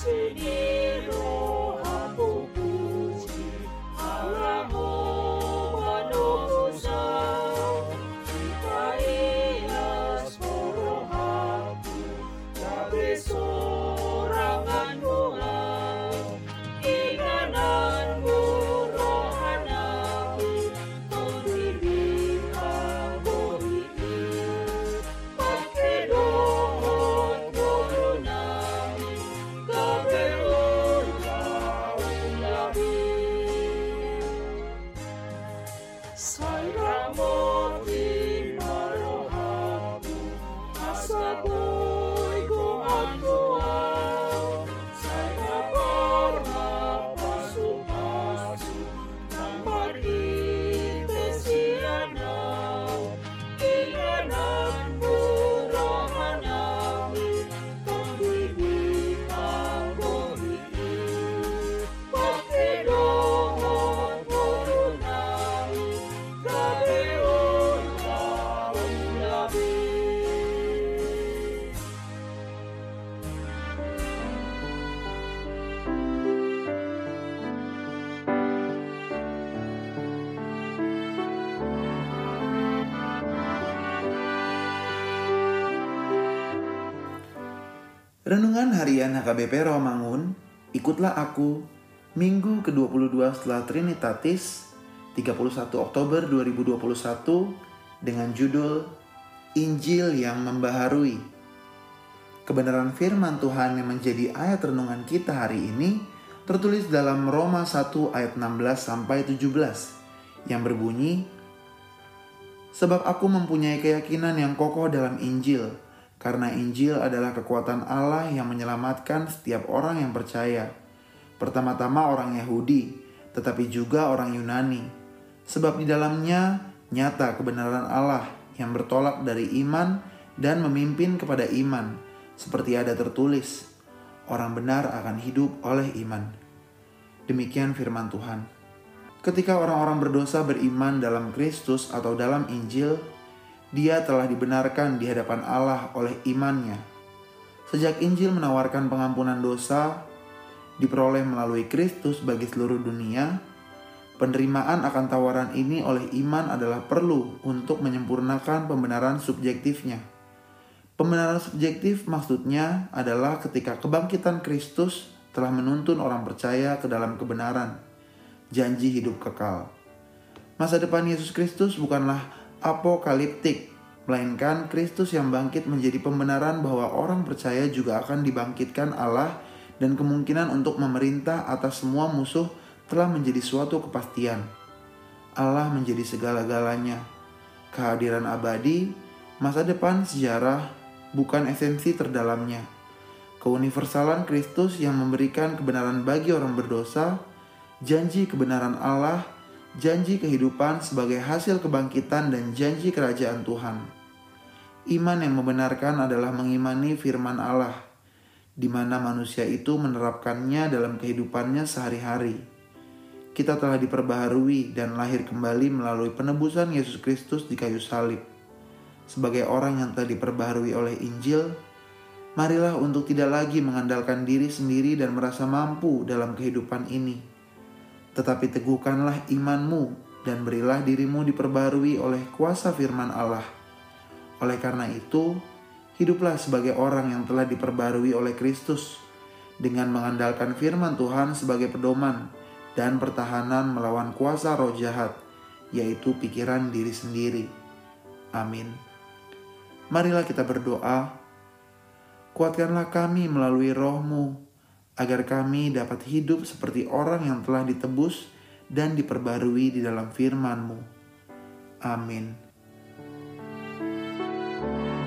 Sini roh aku puji Allahmu manusia. Kita ias roh aku Gabe sorangan doa. Ingananmu rohanami Tondibi kaburi Pakai dohon turunami Gabe ulah-ulabi Saya moti marohamu Asaboy gohan doa. Saya pernah pasu-pasu Namar itesiana Ingananmu rohanami Tondibi kaburi Pakai dohon turunami Gabe ulah-ulabi. Renungan Harian HKBP Romangun, ikutlah aku, Minggu ke-22 setelah Trinitatis, 31 Oktober 2021, dengan judul Injil yang Membaharui. Kebenaran firman Tuhan yang menjadi ayat renungan kita hari ini tertulis dalam Roma 1 ayat 16-17 yang berbunyi, "Sebab aku mempunyai keyakinan yang kokoh dalam Injil, karena Injil adalah kekuatan Allah yang menyelamatkan setiap orang yang percaya. Pertama-tama orang Yahudi, tetapi juga orang Yunani. Sebab di dalamnya nyata kebenaran Allah yang bertolak dari iman dan memimpin kepada iman. Seperti ada tertulis, orang benar akan hidup oleh iman." Demikian firman Tuhan. Ketika orang-orang berdosa beriman dalam Kristus atau dalam Injil, dia telah dibenarkan di hadapan Allah oleh imannya. Sejak Injil menawarkan pengampunan dosa, diperoleh melalui Kristus bagi seluruh dunia, penerimaan akan tawaran ini oleh iman adalah perlu untuk menyempurnakan pembenaran subjektifnya. Pembenaran subjektif maksudnya adalah ketika kebangkitan Kristus telah menuntun orang percaya ke dalam kebenaran, janji hidup kekal. Masa depan Yesus Kristus bukanlah apokaliptik, melainkan Kristus yang bangkit menjadi pembenaran bahwa orang percaya juga akan dibangkitkan Allah dan kemungkinan untuk memerintah atas semua musuh telah menjadi suatu kepastian. Allah menjadi segala-galanya. Kehadiran abadi, masa depan sejarah, bukan esensi terdalamnya. Keuniversalan Kristus yang memberikan kebenaran bagi orang berdosa, janji kebenaran Allah, janji kehidupan sebagai hasil kebangkitan dan janji kerajaan Tuhan. Iman yang membenarkan adalah mengimani firman Allah, di mana manusia itu menerapkannya dalam kehidupannya sehari-hari. Kita telah diperbaharui dan lahir kembali melalui penebusan Yesus Kristus di kayu salib. Sebagai orang yang telah diperbaharui oleh Injil, marilah untuk tidak lagi mengandalkan diri sendiri dan merasa mampu dalam kehidupan ini. Tetapi teguhkanlah imanmu dan berilah dirimu diperbarui oleh kuasa firman Allah. Oleh karena itu, hiduplah sebagai orang yang telah diperbarui oleh Kristus, dengan mengandalkan firman Tuhan sebagai pedoman dan pertahanan melawan kuasa roh jahat, yaitu pikiran diri sendiri. Amin. Marilah kita berdoa. Kuatkanlah kami melalui Roh-Mu, agar kami dapat hidup seperti orang yang telah ditebus dan diperbarui di dalam firman-Mu. Amin.